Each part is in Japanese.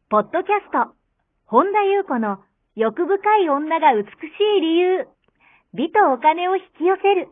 ポッドキャスト、本田裕子の欲深い女が美しい理由、美とお金を引き寄せる。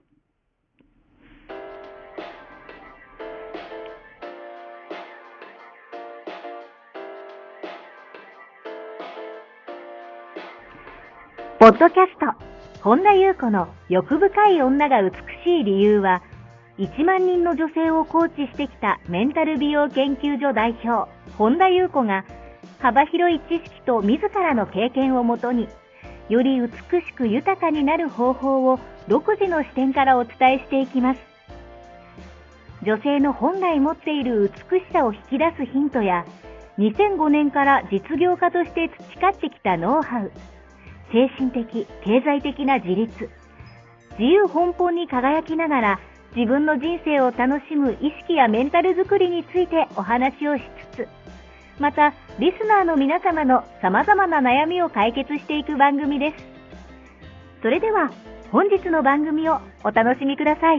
ポッドキャスト、本田裕子の欲深い女が美しい理由は、1万人の女性をコーチしてきたメンタル美容研究所代表、本田裕子が、幅広い知識と自らの経験をもとに、より美しく豊かになる方法を独自の視点からお伝えしていきます。女性の本来持っている美しさを引き出すヒントや、2005年から実業家として培ってきたノウハウ、精神的、経済的な自立、自由奔放に輝きながら自分の人生を楽しむ意識やメンタルづくりについてお話をしつつ、またリスナーの皆様の様々な悩みを解決していく番組です。それでは本日の番組をお楽しみください。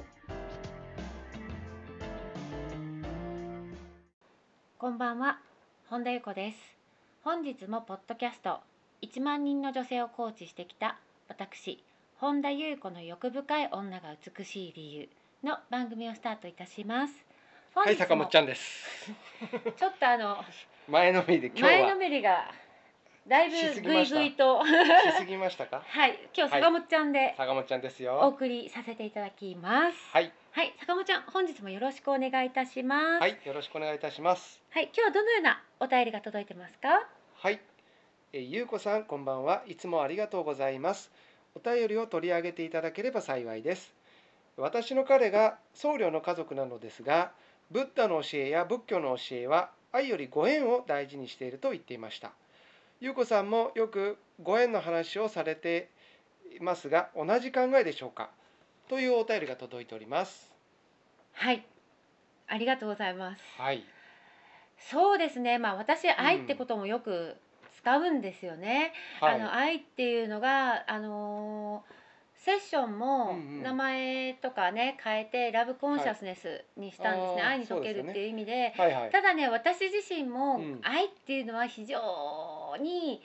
こんばんは、本田裕子です。本日もポッドキャスト1万人の女性をコーチしてきた私、本田裕子の欲深い女が美しい理由の番組をスタートいたします。 はい、坂本ちゃんです。 ちょっと前のめりで今日は前のめりがだいぶぐいぐいとしすぎましたか？ はい、今日坂本ちゃんで坂本ちゃんですおよ。 送りさせていただきます。 はい、 はい、坂本ちゃん、本日もよろしくお願いいたします。 はい、よろしくお願いいたします。 はい、今日はどのようなお便りが届いてますか？ はい、ゆうこさんこんばんは。いつもありがとうございます。お便りを取り上げていただければ幸いです。私の彼が僧侶の家族なのですが、ブッダの教えや仏教の教えは愛よりご縁を大事にしていると言っていました。ゆうこさんもよくご縁の話をされていますが、同じ考えでしょうか？というお便りが届いております。 はい、ありがとうございます。 はい。 そうですね、私愛ってこともよく使うんですよね。 はい。 愛っていうのがセッションもうんうん名前とかね変えてラブコンシャスネスにしたんですね。 あー愛に溶けるっていう意味で。 はいはい。 ただね、私自身もうん愛っていうのは非常に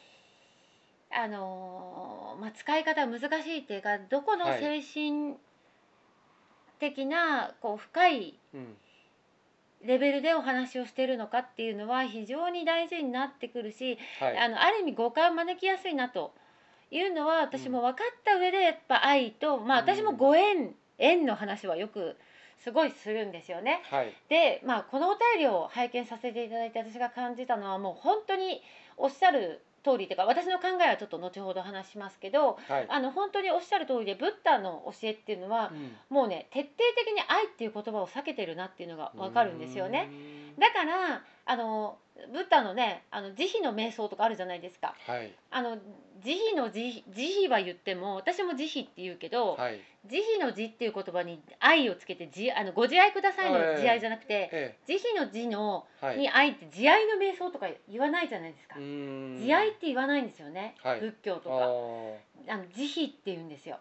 使い方が難しいっていうか、どこのはい精神的な深いうんレベルでお話をしているのかっていうのは非常に大事になってくるし、 はいある意味誤解を招きやすいなというのは私も分かった上で、やっぱ愛と、私もご縁の話はよくすごいするんですよね。 はいで、このお便りを拝見させていただいて私が感じたのは、もう本当におっしゃる通りというか、私の考えはちょっと後ほど話しますけど、 はい本当におっしゃる通りで、ブッダの教えっていうのは、もうね、徹底的に愛っていう言葉を避けてるなっていうのが分かるんですよね。だからブッダのね、慈悲の瞑想とかあるじゃないですか。 はい慈悲の慈悲は言っても、私も慈悲って言うけど、 はい慈悲の慈っていう言葉に愛をつけて、ご自愛くださいの慈愛じゃなくて、 え慈悲の慈のえはいに愛って慈愛の瞑想とか言わないじゃないですか。慈愛って言わないんですよね、 はい仏教とか。慈悲って言うんですよ。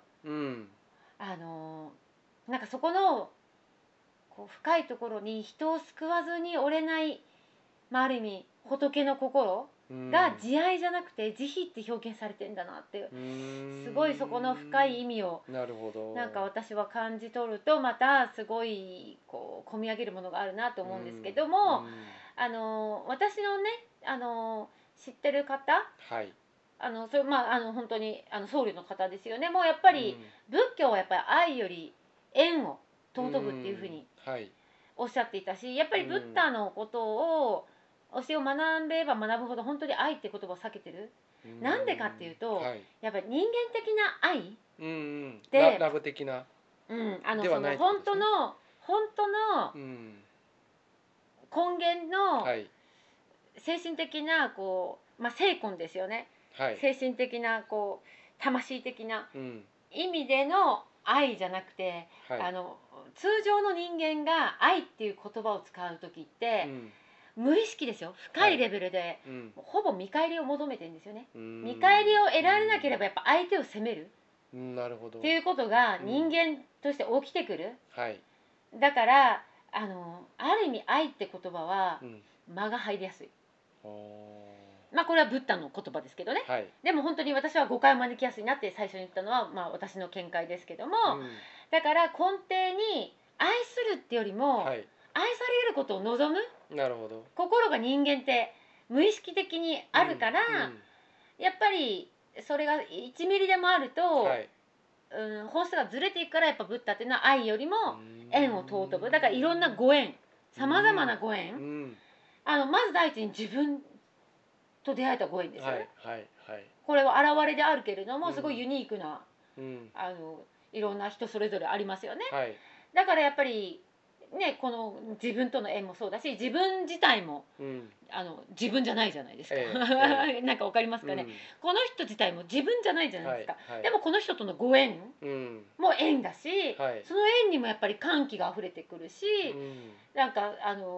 なんかそこの深いところに人を救わずに折れない、ある意味仏の心が慈愛じゃなくて慈悲って表現されてんだなっていう、すごいそこの深い意味をなるほど。 なんか私は感じ取ると、またすごい込み上げるものがあるなと思うんですけども、私のね知ってる方、 はいそれ本当に僧侶の方ですよね。もうやっぱり仏教はやっぱり愛より縁を尊ぶっていうふうにはいおっしゃっていたし、やっぱりブッダのことを教えを学べば学ぶほど本当に愛って言葉を避けてる。なんでかっていうと、 はいやっぱり人間的な愛でラブ的なではない、本当の根源の精神的な精魂ですよね。精神的な魂的な意味での愛じゃなくて、通常の人間が愛っていう言葉を使う時って、無意識ですよ、深いレベルで、ほぼ見返りを求めてるんですよね。見返りを得られなければやっぱ相手を責めるっていうことが人間として起きてくる。だからある意味愛って言葉は間が入りやすい。 まあこれはブッダの言葉ですけどね、 はい、 でも本当に私は誤解を招きやすいなって最初に言ったのは、まあ、私の見解ですけども、だから根底に愛するってよりも、愛されることを望む、 なるほど、 心が人間って無意識的にあるから、やっぱりそれが1ミリでもあると、本質がずれていくから、やっぱブッダっていうのは愛よりも縁を尊ぶ。だからいろんなご縁、さまざまなご縁、まず第一に自分と出会えたご縁ですよね。これは現れであるけれども、すごいユニークな、いろんな人それぞれありますよね。だからやっぱりね、この自分との縁もそうだし、自分自体も、自分じゃないじゃないですか。なんかわかりますかね、この人自体も自分じゃないじゃないですか。でもこの人とのご縁も縁だし、その縁にもやっぱり歓喜があふれてくるし、なんか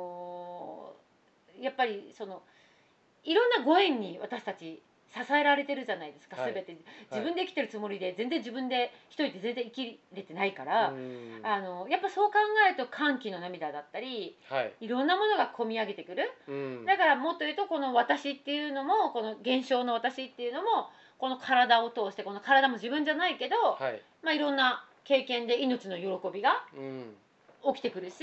やっぱりそのいろんなご縁に私たち支えられてるじゃないですか、全て自分で生きてるつもりで、全然自分で一人で全然生きれてないから、やっぱそう考えると歓喜の涙だったり、いろんなものが込み上げてくる、だからもっと言うと、この私っていうのも、この現象の私っていうのも、この体を通して、この体も自分じゃないけど、まあいろんな経験で命の喜びが起きてくるし、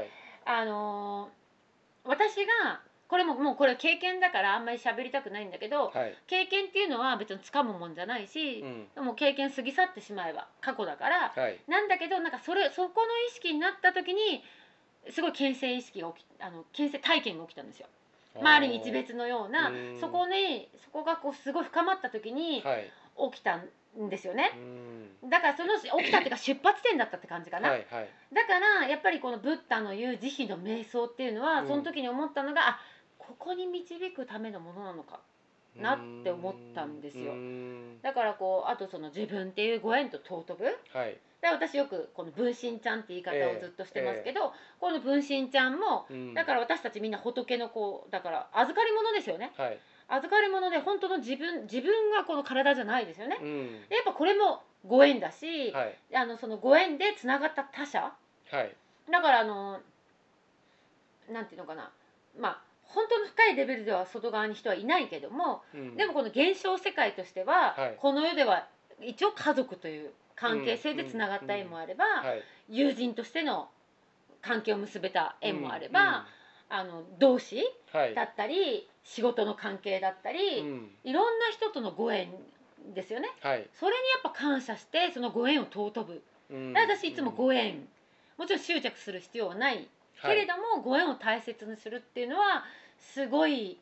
私がこれももうこれ経験だからあんまり喋りたくないんだけど、経験っていうのは別に掴むもんじゃないし、でも経験過ぎ去ってしまえば過去だから、なんだけど、なんかそこの意識になった時にすごい牽制意識が牽制体験が起きたんですよ。ある意味一別のような、そこがこうすごい深まった時に起きたんですよね。だからその起きたっていうか出発点だったって感じかな。だからやっぱりこのブッダの言う慈悲の瞑想っていうのは、その時に思ったのが、ここに導くためのものなのかなって思ったんですよ。だからこう、あとその自分っていうご縁と尊ぶ、で私よくこの分身ちゃんって言い方をずっとしてますけど、この分身ちゃんも、だから私たちみんな仏の子だから、預かり物ですよね。預かり物で、本当の自分がこの体じゃないですよね。でやっぱこれもご縁だし、そのご縁でつながった他者、だからなんていうのかな、まあ本当の深いレベルでは外側に人はいないけども、でもこの現象世界としては、この世では一応家族という関係性でつながった縁もあれば、友人としての関係を結べた縁もあれば、同志だったり、仕事の関係だったり、いろんな人とのご縁ですよね。それにやっぱ感謝して、そのご縁を尊ぶ。私いつもご縁、もちろん執着する必要はないけれども、ご縁を大切にするっていうのはすごい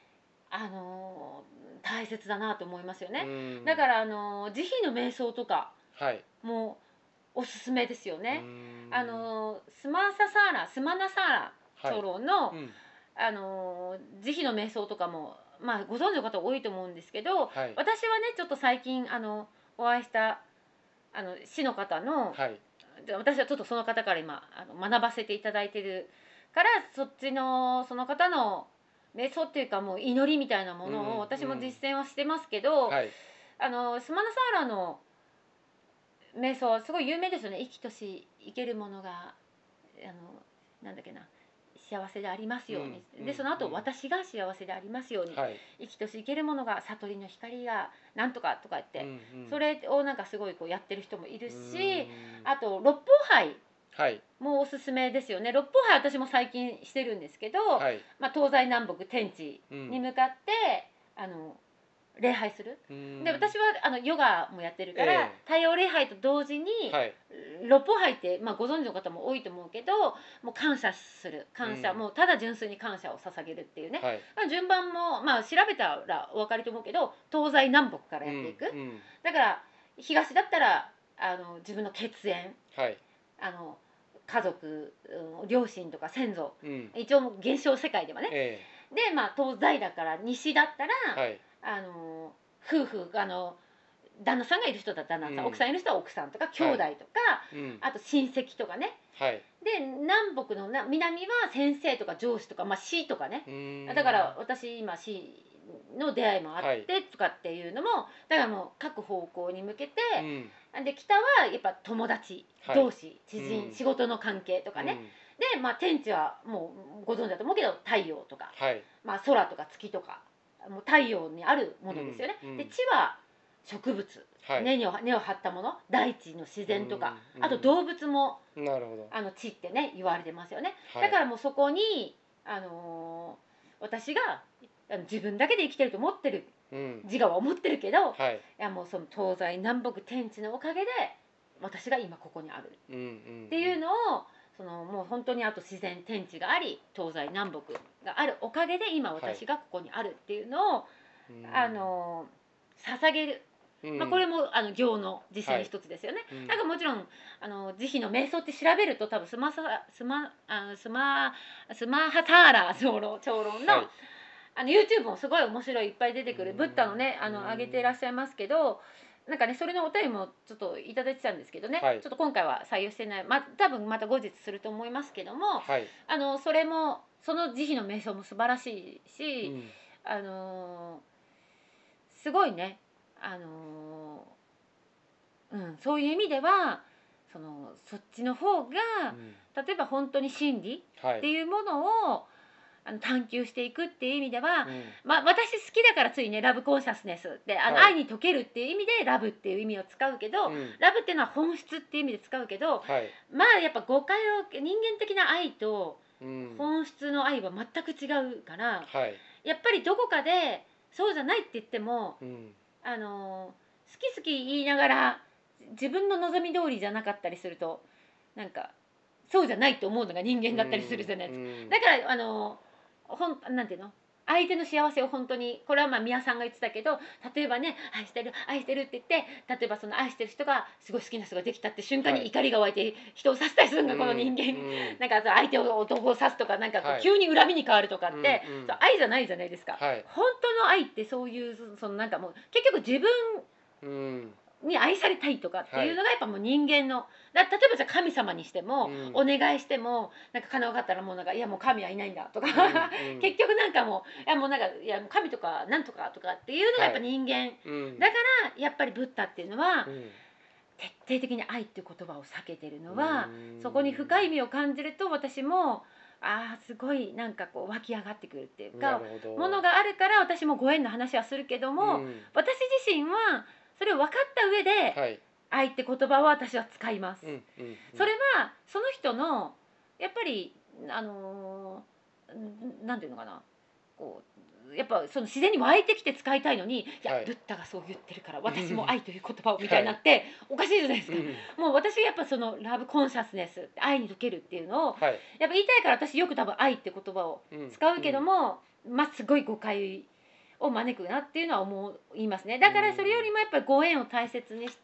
大切だなと思いますよね。だから慈悲の瞑想とかもおすすめですよね。スマナサーラ長老の、慈悲の瞑想とかも、まあご存知の方多いと思うんですけど、私はねちょっと最近お会いした師の方の、私はちょっとその方から今学ばせていただいてるから、その方の瞑想っていうか、もう祈りみたいなものを私も実践はしてますけど、スマナサーラの瞑想はすごい有名ですよね。生きとし生けるものがなんだっけな、幸せでありますように、でその後、私が幸せでありますように、生きとし生けるものが悟りの光がなんとかとか言って、それをなんかすごいこうやってる人もいるし、あと六法拝もおすすめですよね。六法拝私も最近してるんですけど、まあ、東西南北天地に向かって礼拝する。で私はヨガもやってるから、太陽礼拝と同時に、六法拝って、まあ、ご存知の方も多いと思うけど、もう感謝する、もうただ純粋に感謝を捧げるっていうね、まあ、順番も、まあ、調べたらお分かりと思うけど、東西南北からやっていく。だから東だったら自分の血縁、家族、両親とか先祖、一応現象世界ではね、でまあ東西だから西だったら、夫婦旦那さんがいる人だったら旦那さん、奥さんいる人は奥さんとか兄弟とか、あと親戚とかね、で南北の南は先生とか上司とか、まあ、師とかね、だから私今師の出会いもあってとかっていうのも、だからもう各方向に向けて、で北はやっぱ友達、同士、知人、仕事の関係とかね、 で、天地はもうご存知だと思うけど太陽とか、空とか月とかもう太陽にあるものですよね。で地は植物、根を張ったもの、大地の自然とか、あと動物も地ってね言われてますよね。だからもうそこに、私が自分だけで生きてると思ってる、自我は思ってるけど、いやもうその東西南北天地のおかげで私が今ここにあるっていうのを、もう本当にあと自然天地があり東西南北があるおかげで今私がここにあるっていうのを、捧げる。これも行の実践の一つですよね。なんかもちろん慈悲の瞑想って調べると多分スマハターラ長老の、YouTube もすごい面白いいっぱい出てくるブッダのね上げていらっしゃいますけど、なんかねそれのお便りもちょっといただいてたんですけどね、ちょっと今回は採用してない、多分また後日すると思いますけども、それもその慈悲の瞑想も素晴らしいし、すごいねそういう意味ではそっちの方が、例えば本当に真理っていうものを探求していくっていう意味では、私好きだからついねラブコンシャスネスって愛に溶けるっていう意味でラブっていう意味を使うけど、ラブっていうのは本質っていう意味で使うけど、やっぱ誤解を人間的な愛と本質の愛は全く違うから、やっぱりどこかでそうじゃないって言っても、好き言いながら自分の望み通りじゃなかったりするとなんかそうじゃないと思うのが人間だったりするじゃないですか。だからなんていうの、相手の幸せを本当に、これは宮さんが言ってたけど、例えばね愛してるって言って、例えばその愛してる人がすごい好きな人ができたって瞬間に怒りが湧いて人を刺したりするのがこの人間、なんか相手を男を刺すとか、なんか急に恨みに変わるとかって、愛じゃないじゃないですか。本当の愛ってそういうなんかもう結局自分に愛されたいとかっていうのがやっぱもう人間の、例えばじゃあ神様にしても、お願いしてもなんか叶わなかったらもうなんかいやもう神はいないんだとか、結局なんかもういやもうなんかいや神とかなんとかとかっていうのがやっぱ人間、だからやっぱりブッダっていうのは、徹底的に愛っていう言葉を避けてるのは、そこに深い意味を感じると私もすごいなんかこう湧き上がってくるっていうかものがあるから、私もご縁の話はするけども、私自身はそれを分かった上で、愛って言葉を私は使います。それはその人のやっぱりなんていうのかな、こうやっぱその自然に湧いてきて使いたいのに、いやブッダがそう言ってるから私も愛という言葉をみたいになっておかしいじゃないですか。もう私やっぱそのラブコンシャスネス、愛に溶けるっていうのをやっぱ言いたいから、私よく多分愛って言葉を使うけども、すごい誤解を招くなっていうのは言いますね。だからそれよりもやっぱりご縁を大切にして、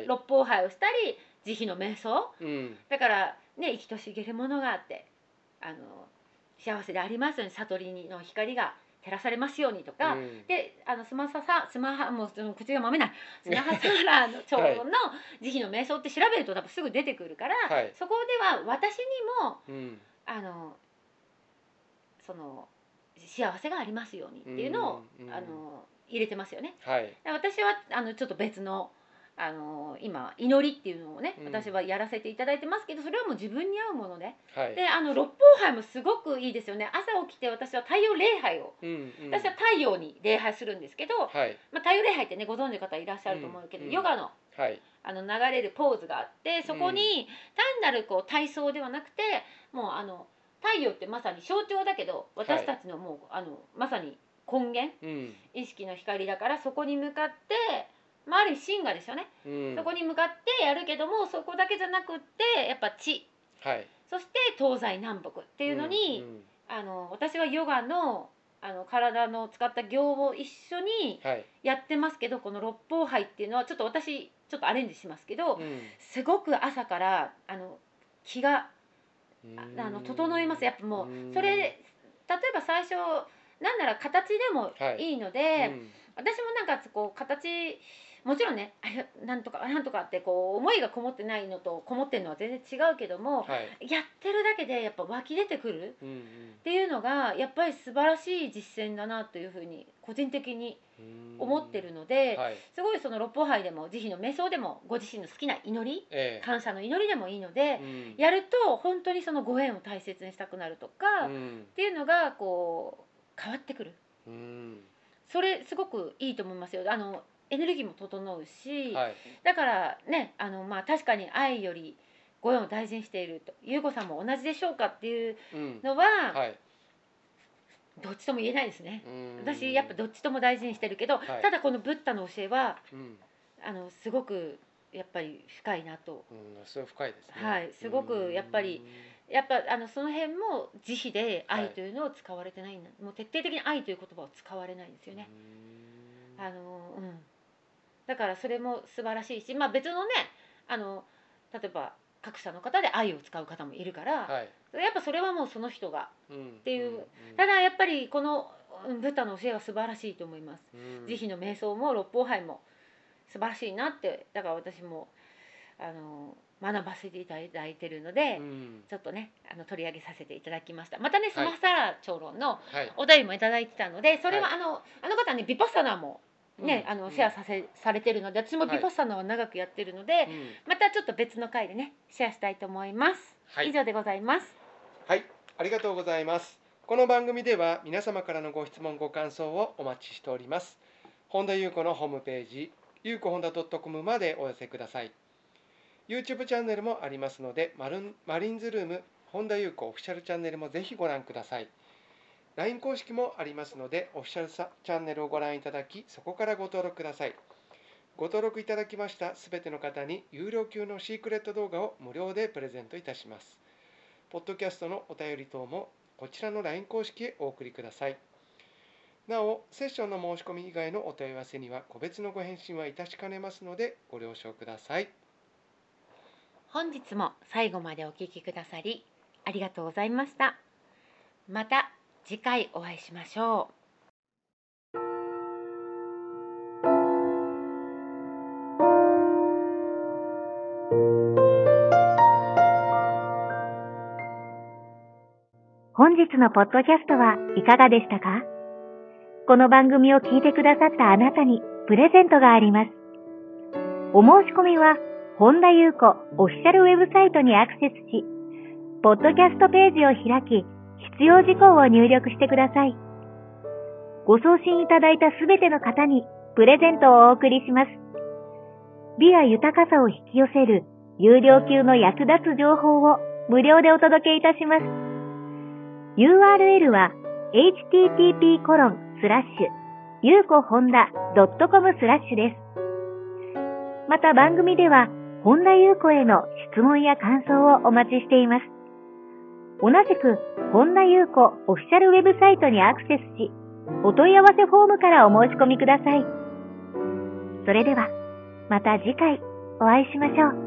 六法拝をしたり慈悲の瞑想、だからね生きとしげるものがあって幸せでありますように、悟りの光が照らされますようにとか、でもう口がまめないスマハサーラの長老の慈悲の瞑想って調べると多分すぐ出てくるから、そこでは私にもその幸せがありますようにっていうのを入れてますよね。私はちょっと別の今祈りっていうのをね、私はやらせていただいてますけど、それはもう自分に合うもので、で六法拝もすごくいいですよね。朝起きて私は太陽礼拝を、私は太陽に礼拝するんですけど、太陽礼拝ってねご存知の方いらっしゃると思うけど、ヨガの流れるポーズがあって、そこに単なるこう体操ではなくて、もう太陽ってまさに象徴だけど、私たちのもうまさに根源、意識の光だから、そこに向かってある意味真我ですよね、そこに向かってやるけども、そこだけじゃなくってやっぱ地、そして東西南北っていうのに、私はヨガの体の使った行を一緒にやってますけど、この六法拝っていうのはちょっと私ちょっとアレンジしますけど、すごく朝から気が整います。やっぱもうそれ、例えば最初なんなら形でもいいので、私もなんかこう形もちろんねなんとかってこう思いがこもってないのとこもってるのは全然違うけども、やってるだけでやっぱ湧き出てくるっていうのがやっぱり素晴らしい実践だなというふうに個人的に思ってるので、すごいその六法拝でも慈悲の瞑想でもご自身の好きな祈り、感謝の祈りでもいいので、やると本当にそのご縁を大切にしたくなるとか、っていうのがこう変わってくる、それすごくいいと思いますよ。エネルギーも整うし、だからね確かに愛よりご縁を大事にしていると、優子さんも同じでしょうかっていうのは、どっちとも言えないですね。私やっぱどっちとも大事にしてるけど、ただこのブッダの教えは、すごくやっぱり深いなと。 それ深いですね。 すごくやっぱその辺も慈悲で愛というのを使われてないんだ、もう徹底的に愛という言葉を使われないんですよね。だからそれも素晴らしいし、別のね例えば格差の方で愛を使う方もいるから、やっぱそれはもうその人がっていう、ただやっぱりこのブッダの教えは素晴らしいと思います。慈悲の瞑想も六法拝も素晴らしいなって、だから私も学ばせていただいてるので、ちょっとね取り上げさせていただきました。またねスマサラ長老のお便りもいただいてたので、それはあの方ねヴィパッサナーもねシェアされてるので、私もヴィパッサナーは長くやってるので、またちょっと別の回でねシェアしたいと思います。以上でございます。 はい、ありがとうございます。この番組では皆様からのご質問ご感想をお待ちしております。本田裕子のホームページゆうこ本田 .com までお寄せください。YouTube チャンネルもありますので、マリンズルーム本田裕子オフィシャルチャンネルもぜひご覧ください。LINE 公式もありますので、オフィシャルチャンネルをご覧いただき、そこからご登録ください。ご登録いただきましたすべての方に有料級のシークレット動画を無料でプレゼントいたします。ポッドキャストのお便り等もこちらの LINE 公式へお送りください。なお、セッションの申し込み以外のお問い合わせには個別のご返信はいたしかねますのでご了承ください。 本日も最後までお聞きくださりありがとうございました。また次回お会いしましょう。 本日のポッドキャストはいかがでしたか？この番組を聞いてくださったあなたにプレゼントがあります。お申し込みは本田裕子オフィシャルウェブサイトにアクセスし、ポッドキャストページを開き、必要事項を入力してください。ご送信いただいたすべての方にプレゼントをお送りします。美や豊かさを引き寄せる有料級の役立つ情報を無料でお届けいたします。URL は http://yukohonda.com/ です。また番組では本田裕子への質問や感想をお待ちしています。同じく本田裕子オフィシャルウェブサイトにアクセスし、お問い合わせフォームからお申し込みください。それではまた次回お会いしましょう。